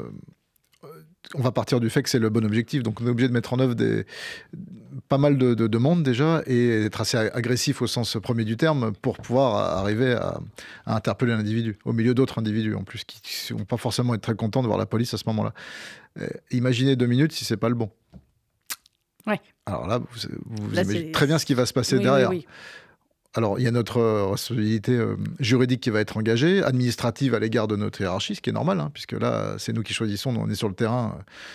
on va partir du fait que c'est le bon objectif. Donc, on est obligé de mettre en œuvre pas mal de demandes déjà et d'être assez agressif au sens premier du terme pour pouvoir arriver à interpeller l'individu, au milieu d'autres individus en plus qui ne vont pas forcément être très contents de voir la police à ce moment-là. Imaginez 2 minutes si ce n'est pas le bon. Ouais. Alors là, vous imaginez très bien ce qui va se passer derrière. Oui. Alors, il y a notre responsabilité juridique qui va être engagée, administrative à l'égard de notre hiérarchie, ce qui est normal, puisque là, c'est nous qui choisissons, on est sur le terrain.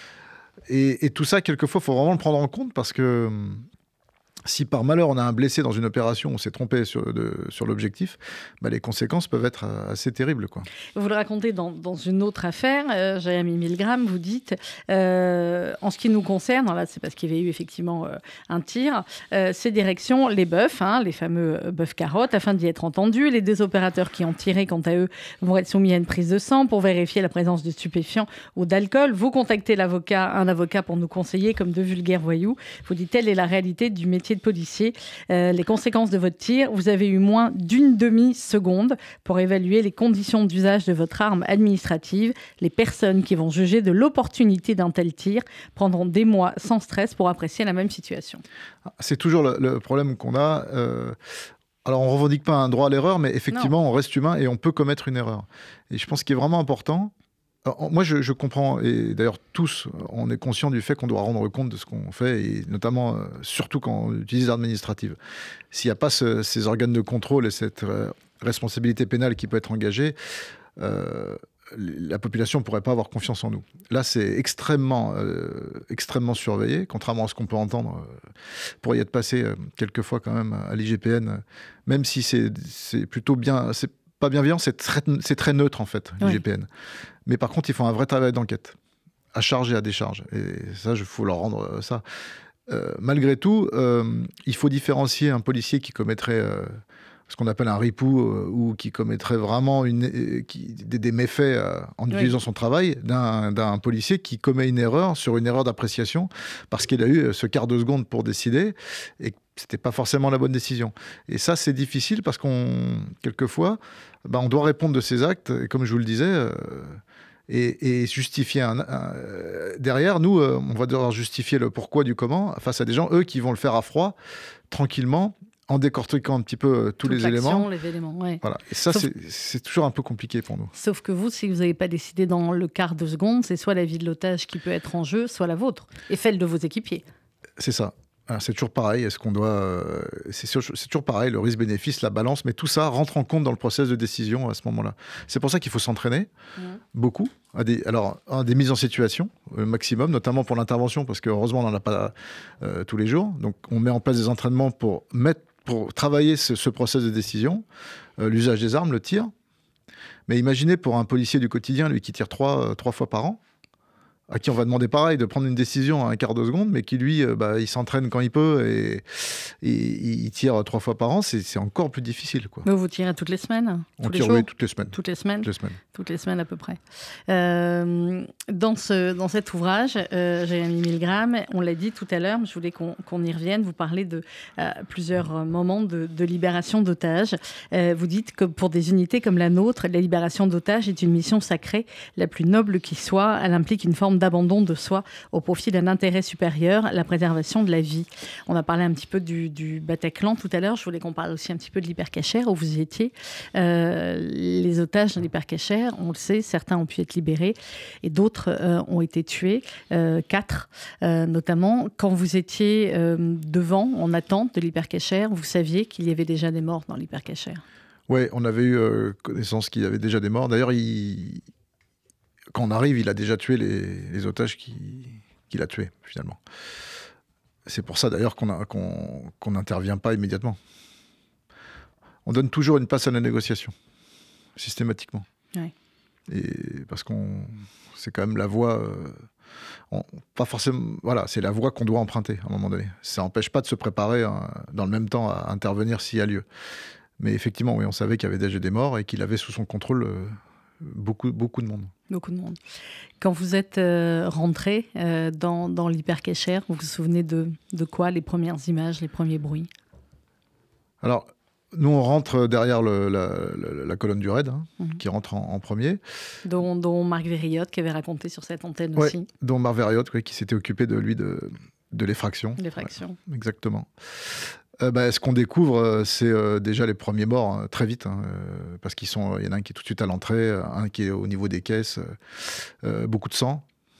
Et tout ça, quelquefois, il faut vraiment le prendre en compte, parce que si par malheur on a un blessé dans une opération, on s'est trompé sur l'objectif, les conséquences peuvent être assez terribles, quoi. Vous le racontez dans une autre affaire, Jérémy Milgram, vous dites, en ce qui nous concerne, là c'est parce qu'il y avait eu effectivement un tir, c'est direction les bœufs, les fameux bœufs carottes, afin d'y être entendus. Les 2 opérateurs qui ont tiré, quant à eux, vont être soumis à une prise de sang pour vérifier la présence de stupéfiants ou d'alcool. Vous contactez un avocat pour nous conseiller comme 2 vulgaires voyous. Vous dites, telle est la réalité du métier de policier. Les conséquences de votre tir, vous avez eu moins d'une demi-seconde pour évaluer les conditions d'usage de votre arme administrative. Les personnes qui vont juger de l'opportunité d'un tel tir prendront des mois sans stress pour apprécier la même situation. C'est toujours le problème qu'on a. Alors, on ne revendique pas un droit à l'erreur, mais effectivement, on reste humain et on peut commettre une erreur. Et je pense qu'il est vraiment important... Moi, je comprends, et d'ailleurs tous, on est conscient du fait qu'on doit rendre compte de ce qu'on fait, et notamment, surtout quand on utilise l'administrative. S'il n'y a pas ces organes de contrôle et cette responsabilité pénale qui peut être engagée, la population ne pourrait pas avoir confiance en nous. Là, c'est extrêmement surveillé, contrairement à ce qu'on peut entendre. Pour y être passé quelquefois quand même à l'IGPN, même si c'est plutôt bien... C'est pas bienveillant, c'est très neutre en fait, l'IGPN. Mais par contre, ils font un vrai travail d'enquête, à charge et à décharge. Et ça, il faut leur rendre ça. Malgré tout, il faut différencier un policier qui commettrait ce qu'on appelle un ripoux ou qui commettrait vraiment des méfaits en utilisant son travail d'un policier qui commet une erreur sur une erreur d'appréciation parce qu'il a eu ce quart de seconde pour décider et c'était pas forcément la bonne décision. Et ça, c'est difficile parce quelquefois, on doit répondre de ses actes, et comme je vous le disais, et justifier derrière, nous, on va devoir justifier le pourquoi du comment face à des gens, eux, qui vont le faire à froid, tranquillement, en décortiquant un petit peu tous les éléments. Ouais. Voilà. Et ça, c'est toujours un peu compliqué pour nous. Sauf que vous, si vous n'avez pas décidé dans le quart de seconde, c'est soit la vie de l'otage qui peut être en jeu, soit la vôtre, et celle de vos équipiers. C'est ça. Alors, c'est toujours pareil. Est-ce qu'on doit c'est toujours pareil, le risque-bénéfice, la balance, mais tout ça rentre en compte dans le process de décision à ce moment-là. C'est pour ça qu'il faut s'entraîner beaucoup à des mises en situation maximum, notamment pour l'intervention, parce que heureusement on n'en a pas tous les jours. Donc on met en place des entraînements pour travailler ce process de décision, l'usage des armes, le tir. Mais imaginez pour un policier du quotidien, lui qui tire trois fois par an, à qui on va demander pareil de prendre une décision à un quart de seconde, mais qui lui, il s'entraîne quand il peut et il tire 3 fois par an, c'est encore plus difficile, quoi. Mais vous tirez toutes les semaines? On tire, oui, toutes les semaines. Toutes les semaines? Toutes les semaines à peu près. Dans cet ouvrage, Jérémy Milgram, on l'a dit tout à l'heure, je voulais qu'on y revienne, vous parlez de plusieurs moments de libération d'otages. Vous dites que pour des unités comme la nôtre, la libération d'otages est une mission sacrée, la plus noble qui soit. Elle implique une forme d'abandon de soi au profit d'un intérêt supérieur, la préservation de la vie. On a parlé un petit peu du Bataclan tout à l'heure. Je voulais qu'on parle aussi un petit peu de l'hypercachère où vous étiez. Les otages dans l'hypercachère, on le sait, certains ont pu être libérés et d'autres ont été tués. 4 notamment. Quand vous étiez devant, en attente de l'hypercachère, vous saviez qu'il y avait déjà des morts dans l'hypercachère? Oui, on avait eu connaissance qu'il y avait déjà des morts. D'ailleurs, quand on arrive, il a déjà tué les otages qu'il a tués, finalement. C'est pour ça, d'ailleurs, qu'on n'intervient pas immédiatement. On donne toujours une place à la négociation, systématiquement. Ouais. Et parce c'est quand même la voie... pas forcément... Voilà, c'est la voie qu'on doit emprunter, à un moment donné. Ça n'empêche pas de se préparer dans le même temps à intervenir s'il y a lieu. Mais effectivement, oui, on savait qu'il y avait déjà des morts et qu'il avait sous son contrôle... beaucoup de monde. Beaucoup de monde. Quand vous êtes rentré dans l'hypercachère, vous vous souvenez de quoi, les premières images, les premiers bruits? Alors, nous, on rentre derrière la colonne du raid, qui rentre en premier. Dont Marc Verriotte, qui avait raconté sur cette antenne aussi. Dont Marc Verriotte, qui s'était occupé de lui de l'effraction. L'effraction. Ouais, exactement. Ce qu'on découvre, c'est déjà les premiers morts, très vite, parce il y en a un qui est tout de suite à l'entrée, un qui est au niveau des caisses, beaucoup de sang.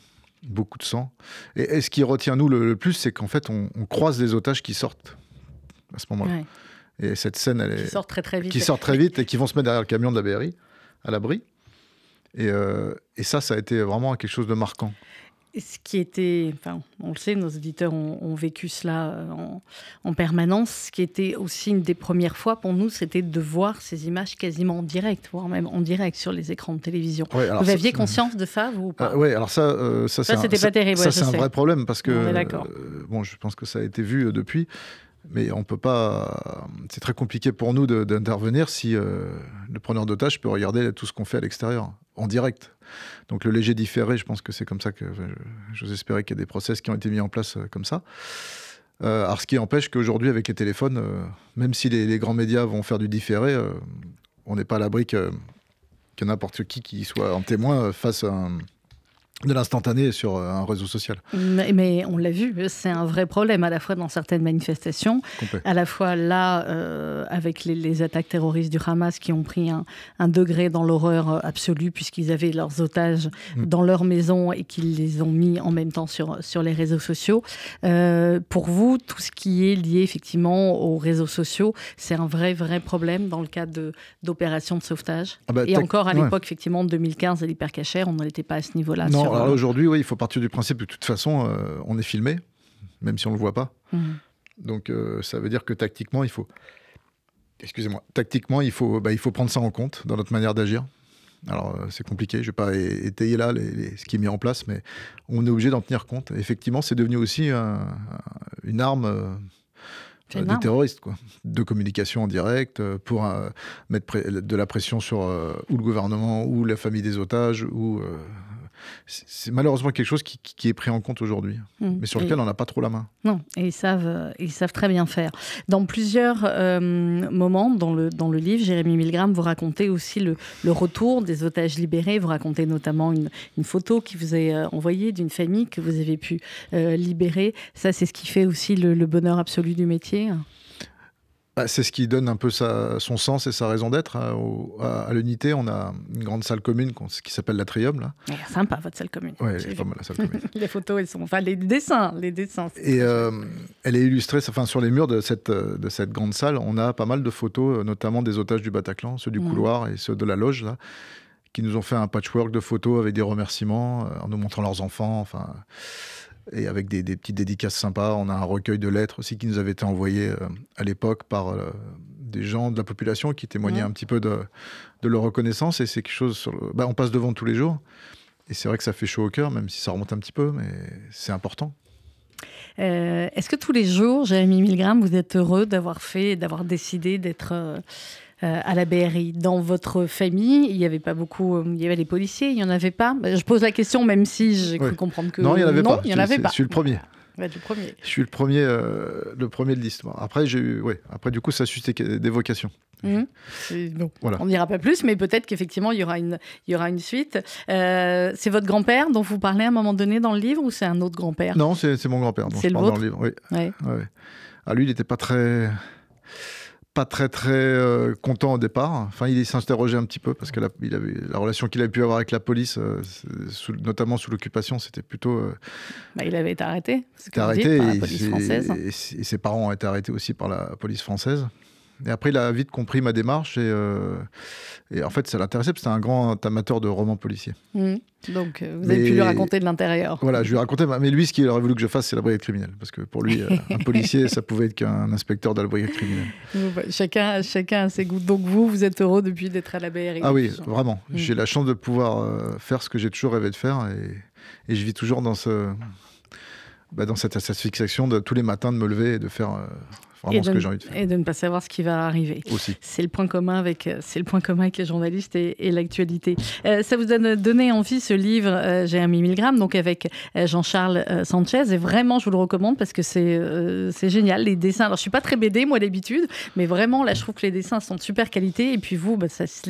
Et ce qui retient nous le plus, c'est qu'en fait, on croise les otages qui sortent à ce moment-là. Ouais. Et cette scène, qui sort très vite et qui vont se mettre derrière le camion de la BRI, à l'abri. Et ça a été vraiment quelque chose de marquant. Ce qui était, on le sait, nos auditeurs ont vécu cela en permanence. Ce qui était aussi une des premières fois pour nous, c'était de voir ces images quasiment en direct, voire même en direct sur les écrans de télévision. Ouais, vous aviez conscience de ça, vous ou pas? Oui, alors ça c'était pas terrible. Ça, c'est un vrai problème parce que je pense que ça a été vu depuis. Mais on peut pas. C'est très compliqué pour nous d'intervenir si le preneur d'otage peut regarder tout ce qu'on fait à l'extérieur, en direct. Donc le léger différé, je pense que c'est comme ça que j'ose espérer qu'il y a des process qui ont été mis en place comme ça. Alors ce qui empêche qu'aujourd'hui, avec les téléphones, même si les grands médias vont faire du différé, on n'est pas à l'abri que n'importe qui soit en témoin face à de l'instantané sur un réseau social. Mais on l'a vu, c'est un vrai problème, à la fois dans certaines manifestations, à la fois là, avec les attaques terroristes du Hamas qui ont pris un degré dans l'horreur absolue, puisqu'ils avaient leurs otages dans leur maison et qu'ils les ont mis en même temps sur les réseaux sociaux. Pour vous, tout ce qui est lié effectivement aux réseaux sociaux, c'est un vrai problème dans le cadre d'opérations de sauvetage. Et encore à l'époque, effectivement, de 2015, à l'hypercachère, on n'en était pas à ce niveau-là. Non, alors aujourd'hui, oui, il faut partir du principe que de toute façon, on est filmé, même si on ne le voit pas. Donc, ça veut dire que tactiquement, il faut prendre ça en compte dans notre manière d'agir. Alors, c'est compliqué, je ne vais pas étayer là ce qui est mis en place, mais on est obligé d'en tenir compte. Et effectivement, c'est devenu aussi une arme... des terroristes, quoi, de communication en direct pour mettre de la pression sur ou le gouvernement ou la famille des otages ou c'est malheureusement quelque chose qui est pris en compte aujourd'hui, mais sur lequel on n'a pas trop la main. Non, et ils savent très bien faire. Dans plusieurs moments dans le livre, Jérémy Milgram, vous racontez aussi le retour des otages libérés. Vous racontez notamment une photo qui vous est envoyée d'une famille que vous avez pu libérer. Ça, c'est ce qui fait aussi le bonheur absolu du métier. C'est ce qui donne un peu son sens et sa raison d'être. À l'unité, on a une grande salle commune qui s'appelle l'Atrium. Là. Sympa, votre salle commune. Oui, c'est pas mal la salle commune. Les photos, elles sont... Enfin, les dessins. Et elle est illustrée, sur les murs de cette grande salle, on a pas mal de photos, notamment des otages du Bataclan, ceux du couloir et ceux de la loge, là, qui nous ont fait un patchwork de photos avec des remerciements, en nous montrant leurs enfants, et avec des petites dédicaces sympas. On a un recueil de lettres aussi qui nous avait été envoyé à l'époque par des gens de la population qui témoignaient un petit peu de leur reconnaissance. Et c'est quelque chose... on passe devant tous les jours. Et c'est vrai que ça fait chaud au cœur, même si ça remonte un petit peu, mais c'est important. Est-ce que tous les jours, Jérémy Milgram, vous êtes heureux d'avoir décidé d'être... à la BRI, dans votre famille, il y avait pas beaucoup, il y avait les policiers, il y en avait pas. Je pose la question, même si j'ai cru comprendre que non, il y en avait pas. Je suis le premier. Je suis le premier de l'histoire. Après, du coup, ça suscite des vocations. Bon, voilà. On n'ira pas plus, mais peut-être qu'effectivement, il y aura une suite. C'est votre grand-père dont vous parlez à un moment donné dans le livre, ou c'est un autre grand-père ? Non, c'est mon grand-père dont je parle dans le livre. Oui. Ouais. Lui, il n'était pas très content au départ. Enfin, il s'interrogeait un petit peu parce que la relation qu'il avait pu avoir avec la police, notamment sous l'occupation, c'était plutôt... il avait été arrêté. Par la police française. Et ses parents ont été arrêtés aussi par la police française. Et après, il a vite compris ma démarche et en fait, ça l'intéressait parce que c'était un grand amateur de romans policiers. Donc, vous avez pu lui raconter de l'intérieur. Voilà, je lui racontais. Mais lui, ce qu'il aurait voulu que je fasse, c'est la brigade criminelle. Parce que pour lui, un policier, ça pouvait être qu'un inspecteur de la brigade criminelle. Chacun a ses goûts. Donc vous êtes heureux depuis d'être à la BRI. Ah oui, vraiment. J'ai la chance de pouvoir faire ce que j'ai toujours rêvé de faire. Et je vis toujours dans cette satisfaction de tous les matins de me lever et de faire... ce que j'ai envie de faire. Et de ne pas savoir ce qui va arriver. Aussi. C'est le point commun avec les journalistes et l'actualité. Ça vous a donné envie, ce livre, Jérémy Milgram, donc avec Jean-Charles Sanchez. Et vraiment, je vous le recommande parce que c'est génial. Les dessins, alors je ne suis pas très BD, moi, d'habitude, mais vraiment, là, je trouve que les dessins sont de super qualité. Et puis vous, ça se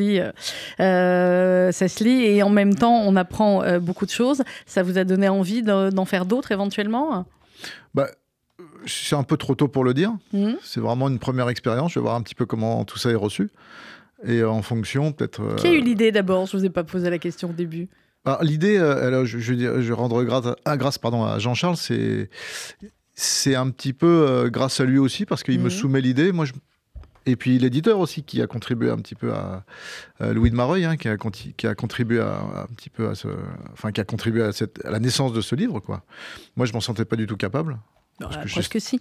lit. Et en même temps, on apprend beaucoup de choses. Ça vous a donné envie d'en faire d'autres, éventuellement ? C'est un peu trop tôt pour le dire. C'est vraiment une première expérience. Je vais voir un petit peu comment tout ça est reçu. Et en fonction, peut-être... Qui a eu l'idée d'abord ? Je ne vous ai pas posé la question au début. Alors, l'idée, je rendre grâce à Jean-Charles, c'est un petit peu grâce à lui aussi, parce qu'il me soumet l'idée. Et puis l'éditeur aussi, qui a contribué un petit peu à Louis de Mareuil, qui a contribué à la naissance de ce livre, quoi. Moi, je m'en sentais pas du tout capable. Presque si.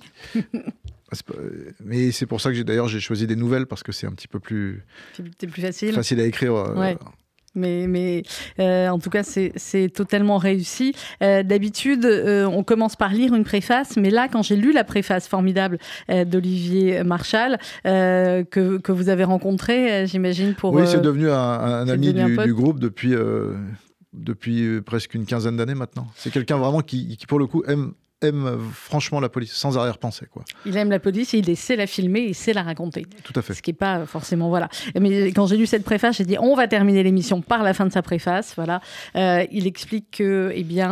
Mais c'est pour ça que j'ai choisi des nouvelles, parce que c'est un petit peu plus facile à écrire. Ouais. Mais en tout cas, c'est totalement réussi. D'habitude, on commence par lire une préface, mais là, quand j'ai lu la préface formidable d'Olivier Marchal, que vous avez rencontré, j'imagine, pour... Oui, c'est devenu un ami du groupe depuis presque une quinzaine d'années maintenant. C'est quelqu'un vraiment qui pour le coup, aime franchement la police, sans arrière-pensée, quoi. Il aime la police et il sait la filmer et il sait la raconter. Tout à fait. Ce qui n'est pas forcément... Voilà. Mais quand j'ai lu cette préface, j'ai dit, on va terminer l'émission par la fin de sa préface. Voilà. Il explique que,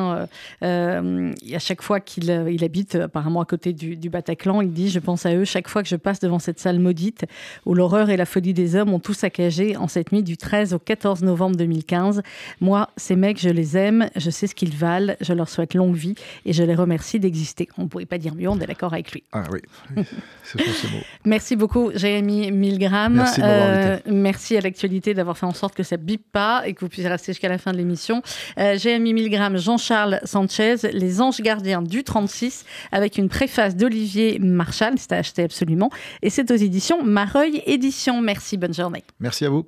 à chaque fois qu'il habite apparemment à côté du Bataclan, il dit, je pense à eux, chaque fois que je passe devant cette salle maudite, où l'horreur et la folie des hommes ont tout saccagé en cette nuit du 13 au 14 novembre 2015. Moi, ces mecs, je les aime, je sais ce qu'ils valent, je leur souhaite longue vie et je les remercie d'exister. On ne pouvait pas dire mieux, on est d'accord avec lui. Ah oui, c'est beau. Merci beaucoup, Jérémy Milgram. Merci de m'avoir invité. Merci à l'actualité d'avoir fait en sorte que ça ne bipe pas et que vous puissiez rester jusqu'à la fin de l'émission. Jérémy Milgram, Jean-Charles Sanchez, Les Anges Gardiens du 36, avec une préface d'Olivier Marchal, c'est à acheter absolument, et c'est aux éditions Mareuil Éditions. Merci, bonne journée. Merci à vous.